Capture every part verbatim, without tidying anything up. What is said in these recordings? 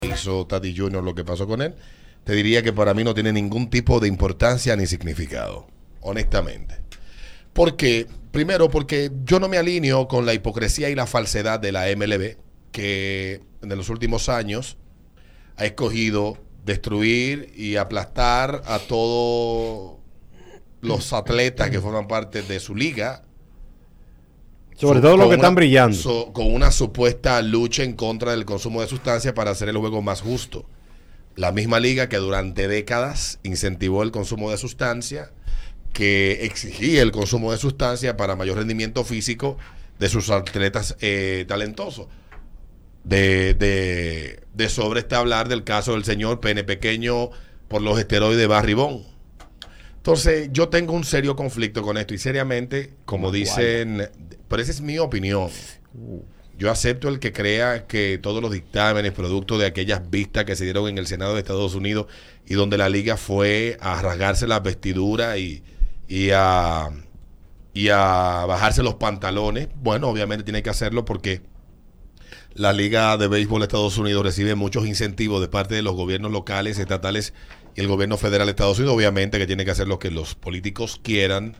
hizo Tatis junior, lo que pasó con él, te diría que para mí no tiene ningún tipo de importancia ni significado, honestamente. ¿Por qué? Primero, porque yo no me alineo con la hipocresía y la falsedad de la M L B, que en los últimos años ha escogido destruir y aplastar a todos los atletas que forman parte de su liga. Sobre todo los que están brillando. So, con una supuesta lucha en contra del consumo de sustancias para hacer el juego más justo. La misma liga que durante décadas incentivó el consumo de sustancias, que exigía el consumo de sustancias para mayor rendimiento físico de sus atletas eh, talentosos. De, de, de sobre este hablar del caso del señor pene pequeño por los esteroides de Barry Bonds. Entonces, yo tengo un serio conflicto con esto y seriamente, como no, dicen, guay. Pero esa es mi opinión. Yo acepto el que crea que todos los dictámenes, producto de aquellas vistas que se dieron en el Senado de Estados Unidos y donde la liga fue a rasgarse las vestiduras y, y, a, y a bajarse los pantalones, bueno, obviamente tiene que hacerlo porque la Liga de Béisbol de Estados Unidos recibe muchos incentivos de parte de los gobiernos locales, estatales y el gobierno federal de Estados Unidos, obviamente que tiene que hacer lo que los políticos quieran.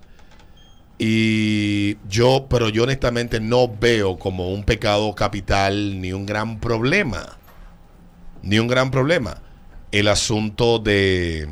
Y yo, pero yo honestamente no veo como un pecado capital ni un gran problema, ni un gran problema el asunto de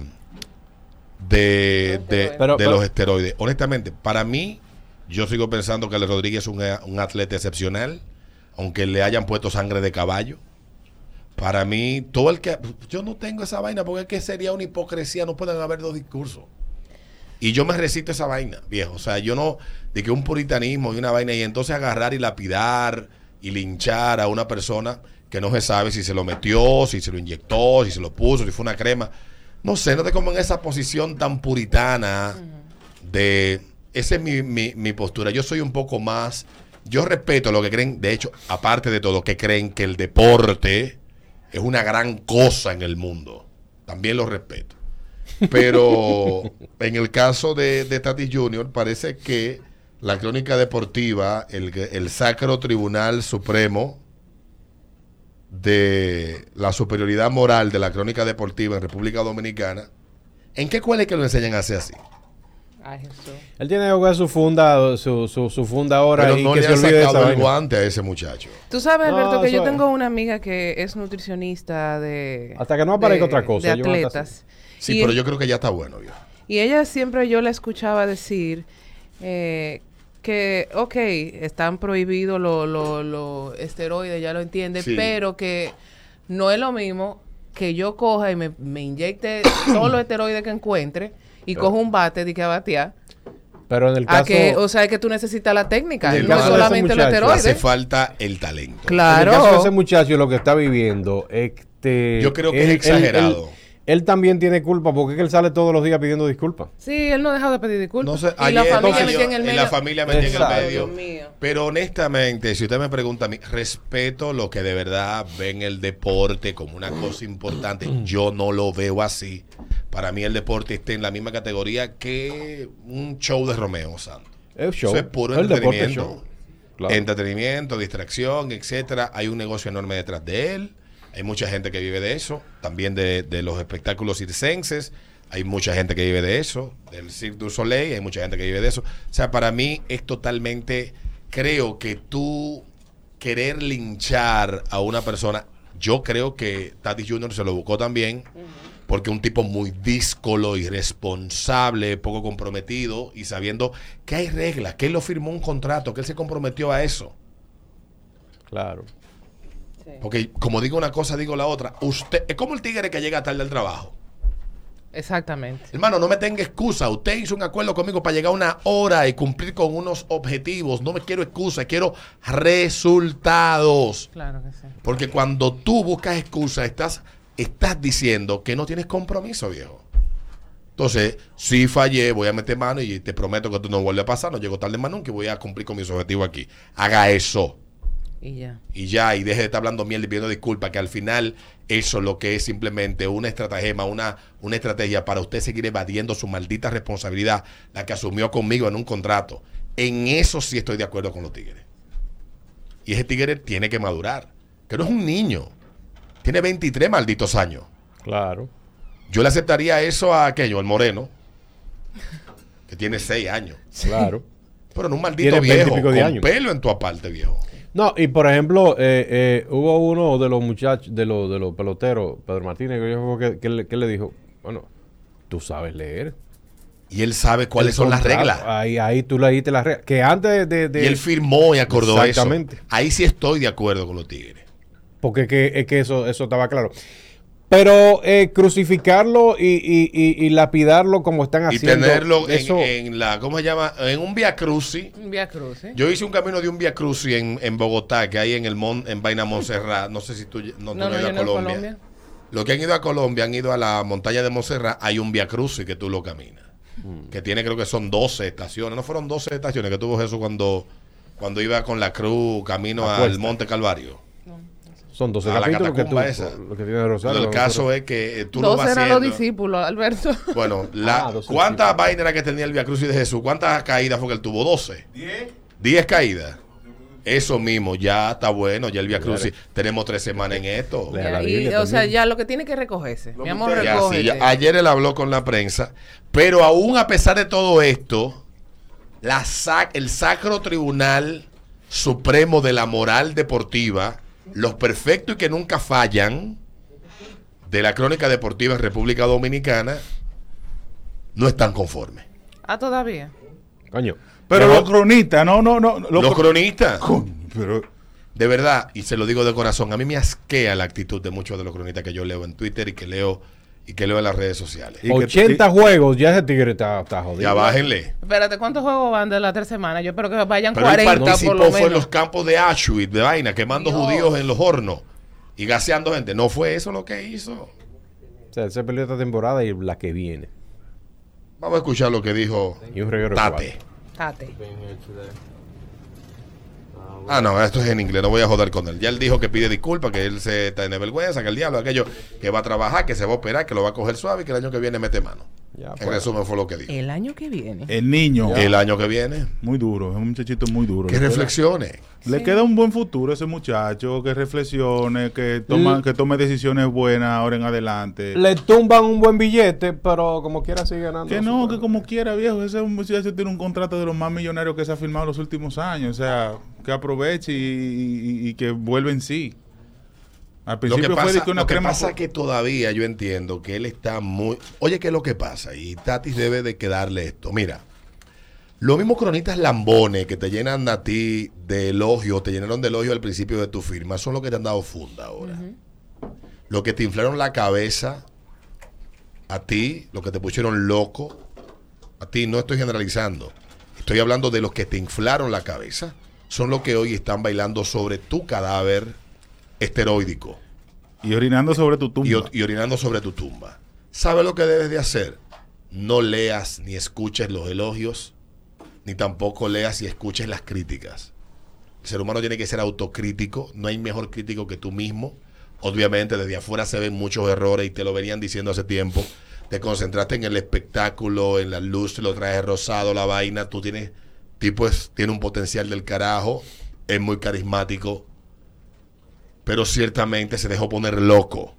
de, de, pero, de pero, los esteroides. Honestamente, para mí, yo sigo pensando que Ale Rodríguez es un, un atleta excepcional, aunque le hayan puesto sangre de caballo. Para mí, todo el que... Yo no tengo esa vaina porque es que sería una hipocresía, no pueden haber dos discursos. Y yo me recito esa vaina, viejo. O sea, yo no... De que un puritanismo y una vaina y entonces agarrar y lapidar y linchar a una persona que no se sabe si se lo metió, si se lo inyectó, si se lo puso, si fue una crema. No sé, no te como en esa posición tan puritana de... Esa es mi, mi, mi postura. Yo soy un poco más... Yo respeto lo que creen, de hecho, aparte de todo, que creen que el deporte es una gran cosa en el mundo. También lo respeto. Pero en el caso de, de Tatis junior, parece que la crónica deportiva, el, el Sacro Tribunal Supremo de la superioridad moral de la crónica deportiva en República Dominicana, ¿en qué escuela es que lo enseñan a hacer así? Ay, Jesús. Él tiene que jugar su funda, su, su, su funda ahora. Pero y no que le se ha olvide sacado esa el guante a ese muchacho. Tú sabes, Alberto, no, que yo es. tengo una amiga que es nutricionista de... Hasta que no aparezca de, otra cosa. De atletas. Sí, y pero él, yo creo que ya está bueno, viejo. Y ella siempre yo la escuchaba decir eh, que, ok, están prohibidos los lo, lo esteroides, ya lo entiende, sí. Pero que no es lo mismo que yo coja y me, me inyecte todos los esteroides que encuentre y pero, coja un bate de que a batear. Pero en el caso... Que, o sea, es que tú necesitas la técnica, no no solamente los esteroides. Hace falta el talento. Claro. En el caso de ese muchacho, lo que está viviendo, este... Yo creo que él, es exagerado. Él, él, él también tiene culpa porque es que él sale todos los días pidiendo disculpas. Sí, él no deja de pedir disculpas. No sé, y ayer, la familia metía en el medio. Y la familia metía en el medio. Mío. Pero honestamente, si usted me pregunta a mí, respeto lo que de verdad ven el deporte como una cosa importante. Yo no lo veo así. Para mí el deporte está en la misma categoría que un show de Romeo Santos. El show. Eso es puro el entretenimiento. Claro. Entretenimiento, distracción, etcétera. Hay un negocio enorme detrás de él. Hay mucha gente que vive de eso. También de, de los espectáculos circenses. Hay mucha gente que vive de eso. Del Cirque du Soleil. Hay mucha gente que vive de eso. O sea, para mí es totalmente... Creo que tú querer linchar a una persona... Yo creo que Tatis junior se lo buscó también... Uh-huh. Porque un tipo muy díscolo, irresponsable, poco comprometido y sabiendo que hay reglas, que él lo firmó un contrato, que él se comprometió a eso. Claro. Sí. Porque como digo una cosa, digo la otra. Usted es como el tigre que llega tarde al trabajo. Exactamente. Hermano, no me tenga excusa. Usted hizo un acuerdo conmigo para llegar una hora y cumplir con unos objetivos. No me quiero excusa, quiero resultados. Claro que sí. Porque cuando tú buscas excusa, estás... Estás diciendo que no tienes compromiso, viejo. Entonces, si fallé, voy a meter mano y te prometo que esto no vuelve a pasar. No llego tarde más nunca y voy a cumplir con mis objetivos aquí. Haga eso. Y ya. Y ya, y deje de estar hablando mierda y pidiendo disculpas, que al final eso lo que es simplemente una estratagema, una, una estrategia para usted seguir evadiendo su maldita responsabilidad, la que asumió conmigo en un contrato. En eso sí estoy de acuerdo con los tigres. Y ese tigre tiene que madurar. Que no es un niño. Tiene veintitrés malditos años. Claro. Yo le aceptaría eso a aquello, al moreno, que tiene seis años. Claro. Pero en un maldito viejo, con años. pelo en tu aparte, viejo. No, y por ejemplo, eh, eh, hubo uno de los muchachos, de los, de los peloteros, Pedro Martínez, que, que, le, que le dijo, bueno, tú sabes leer. Y él sabe cuáles son las reglas. Ahí, ahí tú leíste las reglas. Que antes de, de... Y él firmó y acordó Exactamente. eso. Ahí sí estoy de acuerdo con los Tigres. Porque que, es que eso, eso estaba claro. Pero eh, crucificarlo y, y, y, y lapidarlo como están haciendo. Y tenerlo eso... en, en la, ¿cómo se llama? En un Via Crucis. Un Via Crucis. Yo hice un camino de un Via Crucis en, en Bogotá, que hay en el mon, en Vaina Montserrat. No sé si tú no, no, tú no, no has ido a Colombia. Colombia. Los que han ido a Colombia han ido a la montaña de Montserrat. Hay un Via Crucis que tú lo caminas. Mm. Que tiene, creo que son doce estaciones. No fueron doce estaciones que tuvo Jesús cuando, cuando iba con la cruz camino al Monte Calvario. Son doce capítulos que tú, esa. Lo que tiene Rosario. El caso es que tú lo vas haciendo. eran los discípulos, Alberto. Bueno, la, ah, ¿cuántas vainas era que tenía el Via Crucis de Jesús? ¿Cuántas caídas fue que él tuvo? doce. diez. diez caídas. Eso mismo, ya está bueno, ya el Via Crucis. Tenemos tres semanas en esto. Ya, y, o sea, ya lo que tiene que recogerse. Mi amor, recógete. Ya, sí, ya, ayer él habló con la prensa, pero aún a pesar de todo esto, la sac, el Sacro Tribunal Supremo de la Moral Deportiva, los perfectos y que nunca fallan de la crónica deportiva en República Dominicana, no están conformes. Ah, todavía. Coño. Pero, pero los cronistas, no, no, no. Los, los cronistas. Coño, pero... De verdad, y se lo digo de corazón, a mí me asquea la actitud de muchos de los cronistas que yo leo en Twitter y que leo y que leo en las redes sociales. ochenta que, juegos, ya ese tigre está, está jodido. Ya bájenle. Espérate, ¿cuántos juegos van de las tres semanas? Yo espero que vayan pero cuarenta él participó, por lo menos. Fue en los campos de Auschwitz, de vaina, quemando Dios. judíos en los hornos y gaseando gente. No fue eso lo que hizo. O sea, él se perdió esta temporada y la que viene. Vamos a escuchar lo que dijo y un Tate. Tate. Ah, no, esto es en inglés, no voy a joder con él. Ya él dijo que pide disculpas, que él se tiene vergüenza, que el diablo, aquello, que va a trabajar, que se va a operar, que lo va a coger suave y que el año que viene mete mano. Ya, en pues, resumen fue lo que dijo. El año que viene. El niño. Ya. El año que viene. Muy duro, es un muchachito muy duro. Que reflexione. Queda, le sí. queda un buen futuro a ese muchacho, que reflexione, que, toma, mm. que tome decisiones buenas ahora en adelante. Le tumban un buen billete, pero como quiera sigue ganando. Que no, que como quiera, viejo. Ese muchacho tiene un contrato de los más millonarios que se ha firmado en los últimos años. O sea, que aproveche y, y, y que vuelva en sí. Al principio lo que fue pasa, que una lo que crema pasa es que todavía yo entiendo que él está muy... Oye, ¿qué es lo que pasa? Y Tatis debe de quedarle esto. Mira, los mismos cronistas lambones que te llenan a ti de elogios, te llenaron de elogios al principio de tu firma, son los que te han dado funda ahora. Uh-huh. Los que te inflaron la cabeza a ti, los que te pusieron loco, a ti no estoy generalizando. Estoy hablando de los que te inflaron la cabeza. Son los que hoy están bailando sobre tu cadáver esteroídico. Y orinando sobre tu tumba. Y, y orinando sobre tu tumba. ¿Sabes lo que debes de hacer? No leas ni escuches los elogios, ni tampoco leas y escuches las críticas. El ser humano tiene que ser autocrítico. No hay mejor crítico que tú mismo. Obviamente desde afuera se ven muchos errores y te lo venían diciendo hace tiempo. Te concentraste en el espectáculo, en la luz, lo trajes rosado, la vaina. Tú tienes, tipo es, tiene un potencial del carajo, es muy carismático, pero ciertamente se dejó poner loco.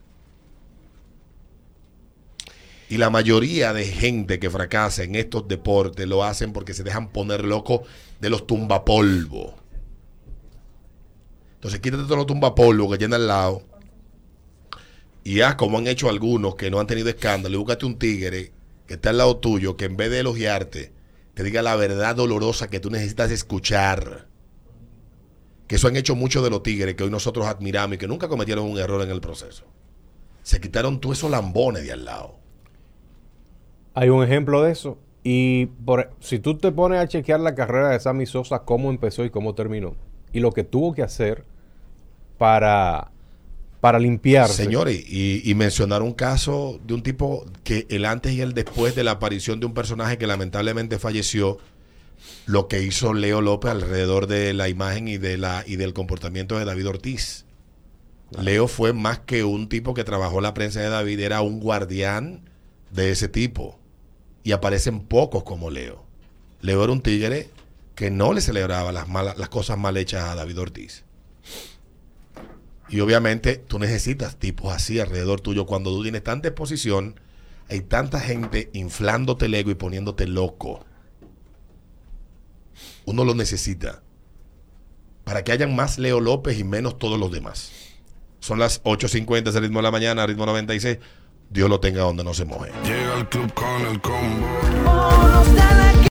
Y la mayoría de gente que fracasa en estos deportes lo hacen porque se dejan poner loco de los tumbapolvo. Entonces quítate todos los tumbapolvo que llenan al lado y haz como han hecho algunos que no han tenido escándalo y búscate un tigre que está al lado tuyo que en vez de elogiarte te diga la verdad dolorosa que tú necesitas escuchar. Que eso han hecho muchos de los tigres que hoy nosotros admiramos y que nunca cometieron un error en el proceso. Se quitaron todos esos lambones de al lado. Hay un ejemplo de eso. Y por, si tú te pones a chequear la carrera de Sammy Sosa, cómo empezó y cómo terminó, y lo que tuvo que hacer para, para limpiarse. Señores, y, y mencionar un caso de un tipo que el antes y el después de la aparición de un personaje que lamentablemente falleció, lo que hizo Leo López alrededor de la imagen y de la y del comportamiento de David Ortiz. Ajá. Leo fue más que un tipo que trabajó la prensa de David, era un guardián de ese tipo. Y aparecen pocos como Leo. Leo era un tigre que no le celebraba las malas, las cosas mal hechas a David Ortiz. Y obviamente tú necesitas tipos así alrededor tuyo. Cuando tú tienes tanta exposición, hay tanta gente inflándote el ego y poniéndote loco. Uno lo necesita para que hayan más Leo López y menos todos los demás. Son las ocho cincuenta, es el ritmo de la mañana, ritmo noventa y seis. Dios lo tenga donde no se moje. Llega el club con el combo.